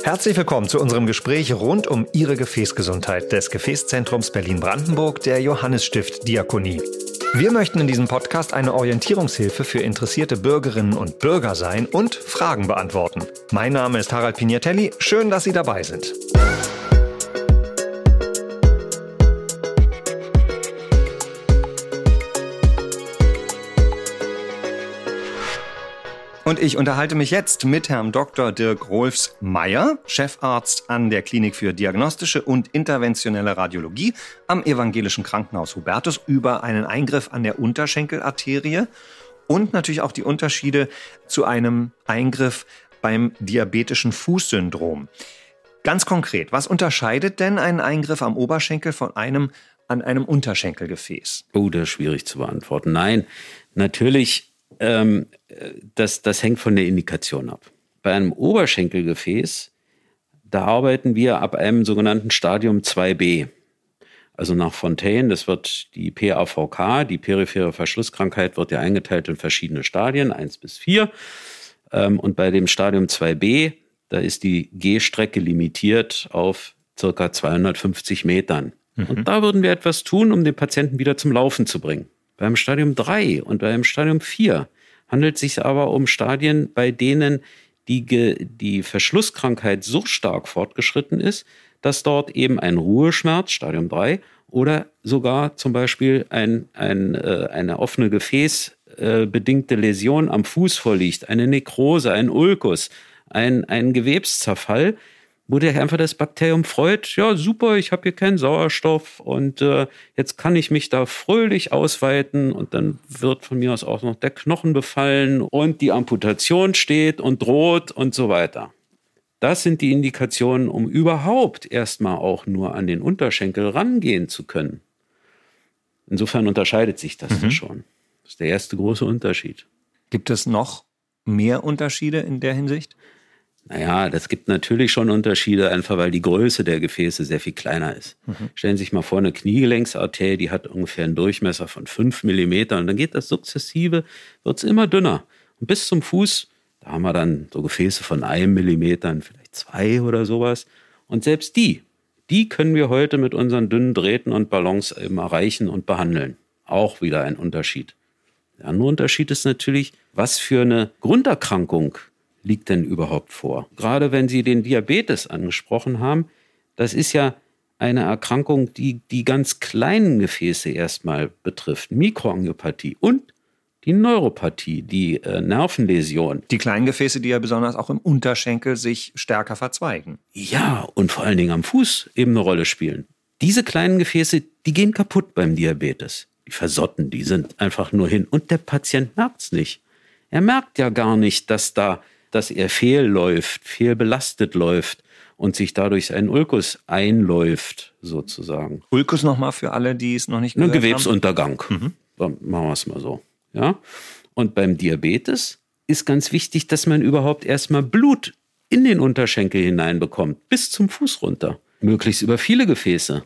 Herzlich willkommen zu unserem Gespräch rund um Ihre Gefäßgesundheit des Gefäßzentrums Berlin-Brandenburg der Johannesstift Diakonie. Wir möchten in diesem Podcast eine Orientierungshilfe für interessierte Bürgerinnen und Bürger sein und Fragen beantworten. Mein Name ist Harald Pignatelli. Schön, dass Sie dabei sind. Und ich unterhalte mich jetzt mit Herrn Dr. Dirk Rolfs-Meyer, Chefarzt an der Klinik für diagnostische und interventionelle Radiologie am Evangelischen Krankenhaus Hubertus, über einen Eingriff an der Unterschenkelarterie und natürlich auch die Unterschiede zu einem Eingriff beim diabetischen Fußsyndrom. Ganz konkret, was unterscheidet denn einen Eingriff am Oberschenkel von einem an einem Unterschenkelgefäß? Oh, das ist schwierig zu beantworten. Nein, natürlich. Das hängt von der Indikation ab. Bei einem Oberschenkelgefäß, da arbeiten wir ab einem sogenannten Stadium 2b. Also nach Fontaine, das wird die PAVK, die periphere Verschlusskrankheit, wird ja eingeteilt in verschiedene Stadien, 1 bis 4. Und bei dem Stadium 2b, da ist die Gehstrecke limitiert auf ca. 250 Metern. Und da würden wir etwas tun, um den Patienten wieder zum Laufen zu bringen. Beim Stadium 3 und beim Stadium 4 handelt es sich aber um Stadien, bei denen die Verschlusskrankheit so stark fortgeschritten ist, dass dort eben ein Ruheschmerz, Stadium 3, oder sogar zum Beispiel eine offene gefäßbedingte Läsion am Fuß vorliegt, eine Nekrose, ein Ulkus, ein Gewebszerfall, wo der einfach das Bakterium freut, ja super, ich habe hier keinen Sauerstoff und jetzt kann ich mich da fröhlich ausweiten und dann wird von mir aus auch noch der Knochen befallen und die Amputation steht und droht und so weiter. Das sind die Indikationen, um überhaupt erstmal auch nur an den Unterschenkel rangehen zu können. Insofern unterscheidet sich das ja schon. Das ist der erste große Unterschied. Gibt es noch mehr Unterschiede in der Hinsicht? Naja, das gibt natürlich schon Unterschiede, einfach weil die Größe der Gefäße sehr viel kleiner ist. Stellen Sie sich mal vor, eine Kniegelenksarterie, die hat ungefähr einen Durchmesser von 5 Millimetern und dann geht das sukzessive, wird es immer dünner. Und bis zum Fuß, da haben wir dann so Gefäße von 1 Millimetern, vielleicht 2 oder sowas. Und selbst die können wir heute mit unseren dünnen Drähten und Ballons eben erreichen und behandeln. Auch wieder ein Unterschied. Der andere Unterschied ist natürlich, was für eine Grunderkrankung liegt denn überhaupt vor? Gerade wenn Sie den Diabetes angesprochen haben, das ist ja eine Erkrankung, die die ganz kleinen Gefäße erstmal betrifft. Mikroangiopathie und die Neuropathie, die Nervenläsion. Die kleinen Gefäße, die ja besonders auch im Unterschenkel sich stärker verzweigen. Ja, und vor allen Dingen am Fuß eben eine Rolle spielen. Diese kleinen Gefäße, die gehen kaputt beim Diabetes. Die versotten, die sind einfach nur hin. Und der Patient merkt es nicht. Er merkt ja gar nicht, dass er fehlbelastet läuft und sich dadurch ein Ulkus einläuft, sozusagen. Ulkus nochmal für alle, die es noch nicht gehört haben? Ein Gewebsuntergang. Dann machen wir es mal so. Ja? Und beim Diabetes ist ganz wichtig, dass man überhaupt erstmal Blut in den Unterschenkel hineinbekommt, bis zum Fuß runter. Möglichst über viele Gefäße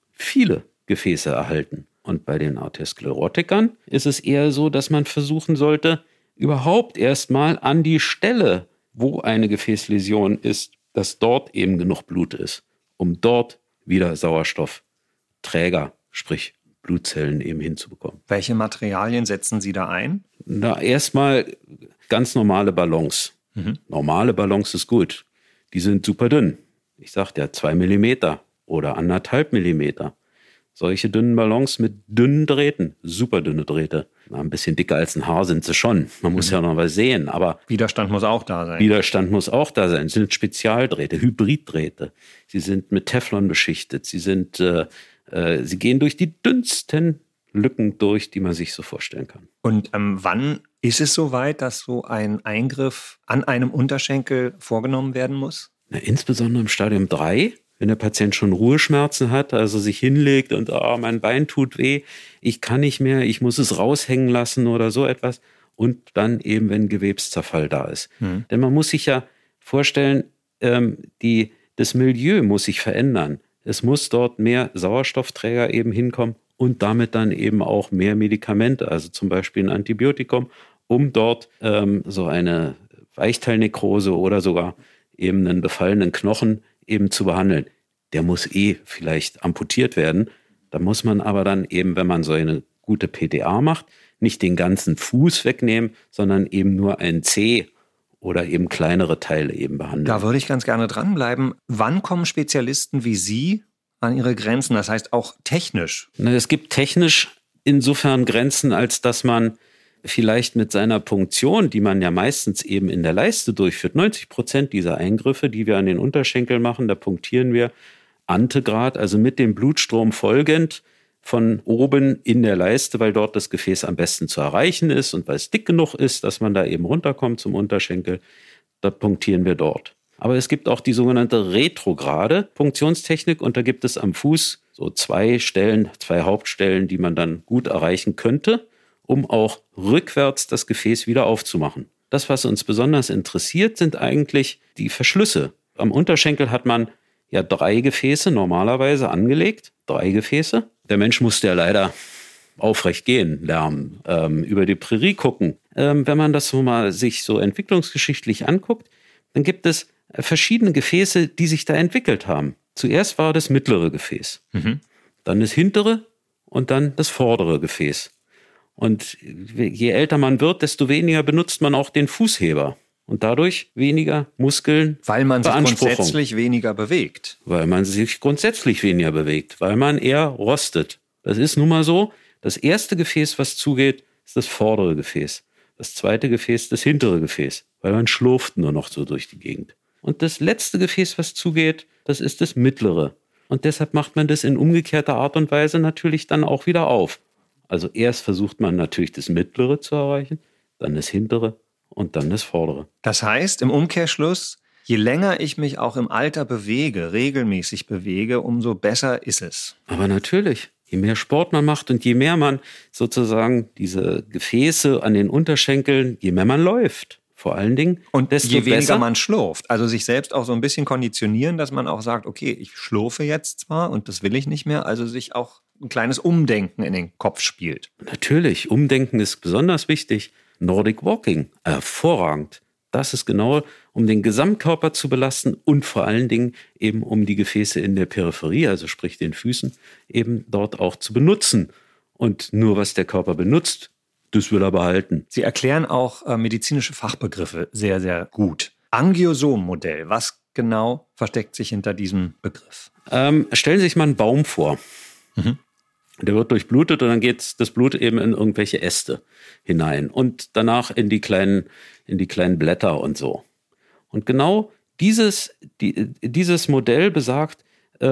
erhalten. Und bei den Arteriosklerotikern ist es eher so, dass man versuchen sollte, überhaupt erstmal an die Stelle, wo eine Gefäßläsion ist, dass dort eben genug Blut ist, um dort wieder Sauerstoffträger, sprich Blutzellen eben hinzubekommen. Welche Materialien setzen Sie da ein? Na, erstmal ganz normale Ballons. Normale Ballons ist gut. Die sind super dünn. Ich sagte ja 2 Millimeter oder 1,5 Millimeter. Solche dünnen Ballons mit dünnen Drähten, super dünne Drähte. Na, ein bisschen dicker als ein Haar sind sie schon. Man muss ja noch was sehen, aber Widerstand muss auch da sein. Es sind Spezialdrähte, Hybriddrähte. Sie sind mit Teflon beschichtet. Sie gehen durch die dünnsten Lücken durch, die man sich so vorstellen kann. Und wann ist es soweit, dass so ein Eingriff an einem Unterschenkel vorgenommen werden muss? Na, insbesondere im Stadium 3. Wenn der Patient schon Ruheschmerzen hat, also sich hinlegt und mein Bein tut weh, ich kann nicht mehr, ich muss es raushängen lassen oder so etwas. Und dann eben, wenn Gewebszerfall da ist. Denn man muss sich ja vorstellen, das Milieu muss sich verändern. Es muss dort mehr Sauerstoffträger eben hinkommen und damit dann eben auch mehr Medikamente, also zum Beispiel ein Antibiotikum, um dort so eine Weichteilnekrose oder sogar eben einen befallenen Knochen eben zu behandeln. Der muss vielleicht amputiert werden. Da muss man aber dann eben, wenn man so eine gute PTA macht, nicht den ganzen Fuß wegnehmen, sondern eben nur ein Zeh oder eben kleinere Teile eben behandeln. Da würde ich ganz gerne dranbleiben. Wann kommen Spezialisten wie Sie an ihre Grenzen? Das heißt auch technisch. Es gibt technisch insofern Grenzen, als dass man vielleicht mit seiner Punktion, die man ja meistens eben in der Leiste durchführt, 90% dieser Eingriffe, die wir an den Unterschenkeln machen, da punktieren wir Antegrad, also mit dem Blutstrom folgend von oben in der Leiste, weil dort das Gefäß am besten zu erreichen ist und weil es dick genug ist, dass man da eben runterkommt zum Unterschenkel, da punktieren wir dort. Aber es gibt auch die sogenannte retrograde Punktionstechnik und da gibt es am Fuß so zwei Hauptstellen, die man dann gut erreichen könnte, um auch rückwärts das Gefäß wieder aufzumachen. Das, was uns besonders interessiert, sind eigentlich die Verschlüsse. Am Unterschenkel hat man ja 3 Gefäße normalerweise angelegt, 3 Gefäße. Der Mensch musste ja leider aufrecht gehen, lernen, über die Prärie gucken. Wenn man das so mal sich so entwicklungsgeschichtlich anguckt, dann gibt es verschiedene Gefäße, die sich da entwickelt haben. Zuerst war das mittlere Gefäß, dann das hintere und dann das vordere Gefäß. Und je älter man wird, desto weniger benutzt man auch den Fußheber. Und dadurch weniger Muskeln. Weil man sich grundsätzlich weniger bewegt. Weil man eher rostet. Das ist nun mal so. Das erste Gefäß, was zugeht, ist das vordere Gefäß. Das zweite Gefäß, das hintere Gefäß. Weil man schlurft nur noch so durch die Gegend. Und das letzte Gefäß, was zugeht, das ist das mittlere. Und deshalb macht man das in umgekehrter Art und Weise natürlich dann auch wieder auf. Also erst versucht man natürlich das mittlere zu erreichen, dann das hintere und dann das vordere. Das heißt, im Umkehrschluss, je länger ich mich auch im Alter bewege, regelmäßig bewege, umso besser ist es. Aber natürlich, je mehr Sport man macht und je mehr man sozusagen diese Gefäße an den Unterschenkeln, je mehr man läuft, vor allen Dingen. Und je weniger man schlurft. Also sich selbst auch so ein bisschen konditionieren, dass man auch sagt, okay, ich schlurfe jetzt zwar und das will ich nicht mehr, also sich auch ein kleines Umdenken in den Kopf spielt. Natürlich, Umdenken ist besonders wichtig. Nordic Walking, hervorragend. Das ist genau, um den Gesamtkörper zu belasten und vor allen Dingen eben um die Gefäße in der Peripherie, also sprich den Füßen, eben dort auch zu benutzen. Und nur was der Körper benutzt, das will er behalten. Sie erklären auch medizinische Fachbegriffe sehr, sehr gut. Angiosom-Modell, was genau versteckt sich hinter diesem Begriff? Stellen Sie sich mal einen Baum vor. Der wird durchblutet und dann geht das Blut eben in irgendwelche Äste hinein und danach in die kleinen Blätter und so. Und genau dieses Modell besagt,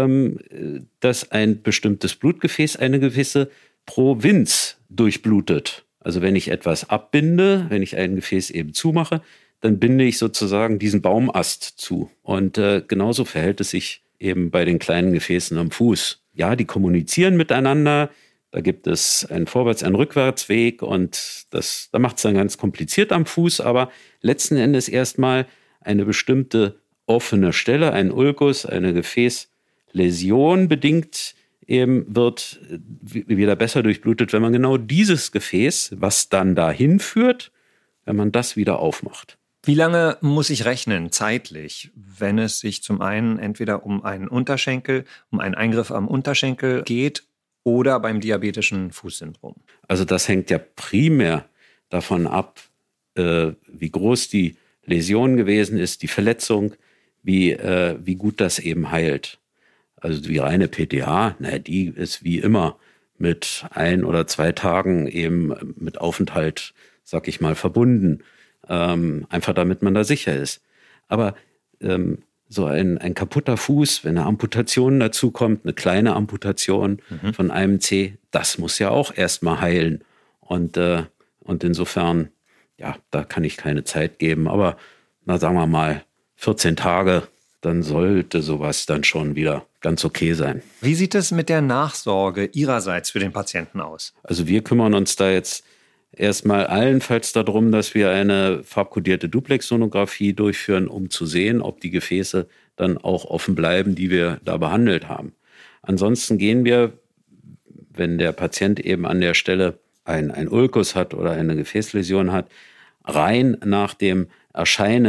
dass ein bestimmtes Blutgefäß eine gewisse Provinz durchblutet. Also wenn ich etwas abbinde, wenn ich ein Gefäß eben zumache, dann binde ich sozusagen diesen Baumast zu. Und genauso verhält es sich eben bei den kleinen Gefäßen am Fuß. Ja, die kommunizieren miteinander. Da gibt es einen Vorwärts-, einen Rückwärtsweg und da macht es dann ganz kompliziert am Fuß. Aber letzten Endes erstmal eine bestimmte offene Stelle, ein Ulkus, eine Gefäßläsion bedingt eben wird wieder besser durchblutet, wenn man genau dieses Gefäß, was dann dahin führt, wenn man das wieder aufmacht. Wie lange muss ich rechnen, zeitlich, wenn es sich zum einen entweder um einen Unterschenkel, um einen Eingriff am Unterschenkel geht oder beim diabetischen Fußsyndrom? Also das hängt ja primär davon ab, wie groß die Läsion gewesen ist, die Verletzung, wie gut das eben heilt. Also die reine PTA, die ist wie immer mit 1 oder 2 Tagen eben mit Aufenthalt, sag ich mal, verbunden. Einfach damit man da sicher ist. Aber so ein kaputter Fuß, wenn eine Amputation dazu kommt, eine kleine Amputation von einem Zeh, das muss ja auch erstmal heilen. Und insofern, ja, da kann ich keine Zeit geben. Aber sagen wir mal 14 Tage, dann sollte sowas dann schon wieder ganz okay sein. Wie sieht es mit der Nachsorge Ihrerseits für den Patienten aus? Also wir kümmern uns da jetzt erstmal allenfalls darum, dass wir eine farbkodierte Duplex-Sonographie durchführen, um zu sehen, ob die Gefäße dann auch offen bleiben, die wir da behandelt haben. Ansonsten gehen wir, wenn der Patient eben an der Stelle ein Ulkus hat oder eine Gefäßläsion hat, rein nach dem Erscheinen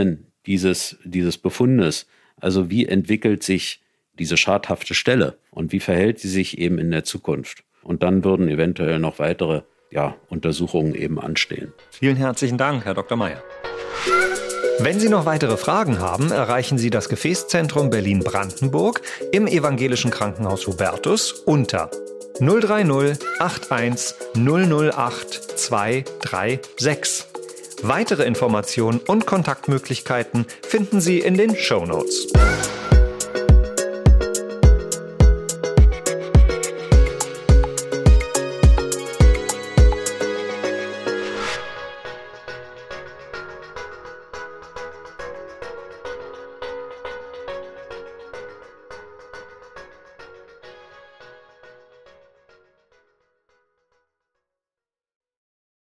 dieses Befundes. Also wie entwickelt sich diese schadhafte Stelle und wie verhält sie sich eben in der Zukunft? Und dann würden eventuell noch weitere Untersuchungen eben anstehen. Vielen herzlichen Dank, Herr Dr. Meyer. Wenn Sie noch weitere Fragen haben, erreichen Sie das Gefäßzentrum Berlin-Brandenburg im Evangelischen Krankenhaus Hubertus unter 030 81 008 236. Weitere Informationen und Kontaktmöglichkeiten finden Sie in den Shownotes.